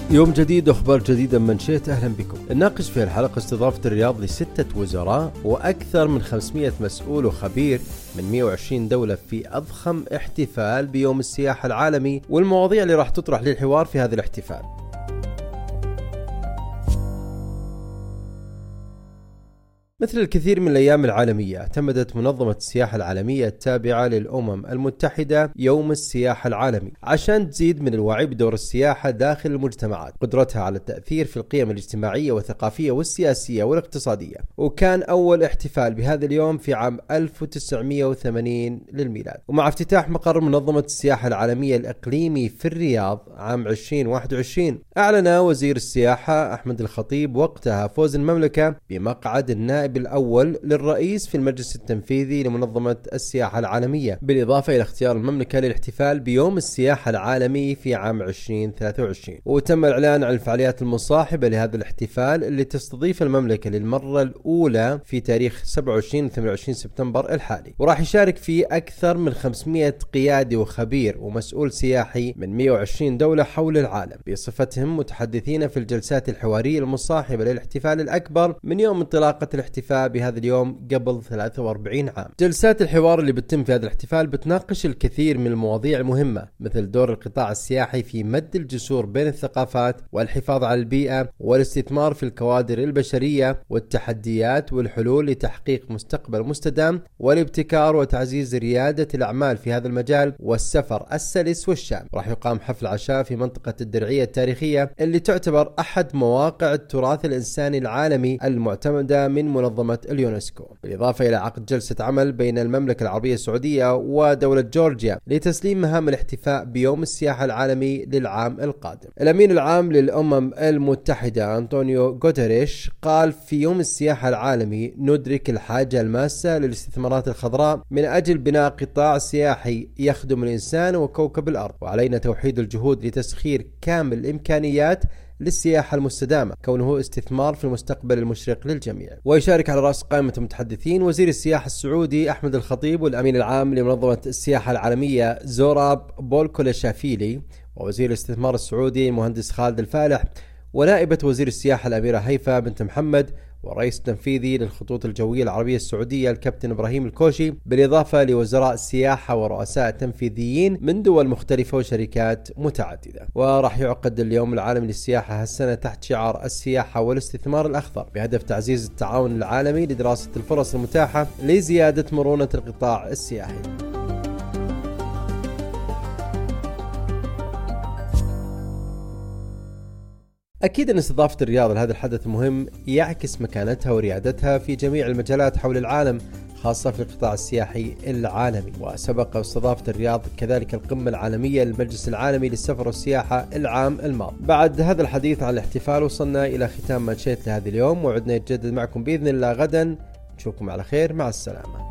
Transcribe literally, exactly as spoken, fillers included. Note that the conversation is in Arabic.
يوم جديد واخبار جديده من منشيت. اهلا بكم. نناقش في الحلقه استضافه الرياض لسته وزراء واكثر من خمسمئة مسؤول وخبير من مئة وعشرين دوله في اضخم احتفال بيوم السياحه العالمي، والمواضيع اللي راح تطرح للحوار في هذا الاحتفال. مثل الكثير من الأيام العالمية، اعتمدت منظمة السياحة العالمية التابعة للأمم المتحدة يوم السياحة العالمي عشان تزيد من الوعي بدور السياحة داخل المجتمعات، قدرتها على التأثير في القيم الاجتماعية والثقافية والسياسية والاقتصادية. وكان أول احتفال بهذا اليوم في عام ألف وتسعمئة وثمانين للميلاد، ومع افتتاح مقر منظمة السياحة العالمية الإقليمي في الرياض عام ألفين وواحد وعشرين، أعلن وزير السياحة أحمد الخطيب وقتها فوز المملكة بمقعد النائب الأول للرئيس في المجلس التنفيذي لمنظمة السياحة العالمية، بالإضافة إلى اختيار المملكة للاحتفال بيوم السياحة العالمي في عام ألفين وثلاثة وعشرين. وتم الإعلان عن الفعاليات المصاحبة لهذا الاحتفال اللي تستضيف المملكة للمرة الأولى في تاريخ سبعة وعشرين وثمانية وعشرين سبتمبر الحالي، وراح يشارك فيه أكثر من خمسمئة قيادي وخبير ومسؤول سياحي من مئة وعشرين دولة حول العالم، بصفتهم متحدثين في الجلسات الحوارية المصاحبة للاحتفال الأكبر من يوم انطلاقة الاحتفال بهذا اليوم قبل ثلاثة وأربعين عام. جلسات الحوار اللي بتتم في هذا الاحتفال بتناقش الكثير من المواضيع المهمة، مثل دور القطاع السياحي في مد الجسور بين الثقافات والحفاظ على البيئة والاستثمار في الكوادر البشرية والتحديات والحلول لتحقيق مستقبل مستدام والابتكار وتعزيز ريادة الأعمال في هذا المجال والسفر السلس والشامل. راح يقام حفل عشاء في منطقة الدرعية التاريخية اللي تعتبر أحد مواقع التراث الإنساني العالمي المعتمدة من منظمة اليونسكو، بالإضافة إلى عقد جلسة عمل بين المملكة العربية السعودية ودولة جورجيا لتسليم مهام الاحتفاء بيوم السياحة العالمي للعام القادم. الأمين العام للأمم المتحدة أنطونيو غوتيريش قال في يوم السياحة العالمي: ندرك الحاجة الماسة للاستثمارات الخضراء من أجل بناء قطاع سياحي يخدم الإنسان وكوكب الأرض، وعلينا توحيد الجهود لتسخير كامل الإمكانيات للسياحة المستدامة، كونه استثمار في المستقبل المشرق للجميع. ويشارك على رأس قائمة المتحدثين وزير السياحة السعودي أحمد الخطيب، والأمين العام لمنظمة السياحة العالمية زوراب بولكولاشافيلي، ووزير الاستثمار السعودي المهندس خالد الفالح، ونائبة وزير السياحة الأميرة هيفا بنت محمد، والرئيس التنفيذي للخطوط الجوية العربية السعودية الكابتن إبراهيم الكوشي، بالإضافة لوزراء السياحة ورؤساء تنفيذيين من دول مختلفة وشركات متعددة. وراح يعقد اليوم العالمي للسياحة هالسنة تحت شعار السياحة والاستثمار الأخضر، بهدف تعزيز التعاون العالمي لدراسة الفرص المتاحة لزيادة مرونة القطاع السياحي. أكيد أن استضافة الرياض لهذا الحدث المهم يعكس مكانتها وريادتها في جميع المجالات حول العالم، خاصة في القطاع السياحي العالمي. وسبق استضافة الرياض كذلك القمة العالمية للمجلس العالمي للسفر والسياحة العام الماضي. بعد هذا الحديث عن الاحتفال وصلنا إلى ختام منشيت لهذا اليوم، وعدنا نتجدد معكم بإذن الله غدا. نشوفكم على خير، مع السلامة.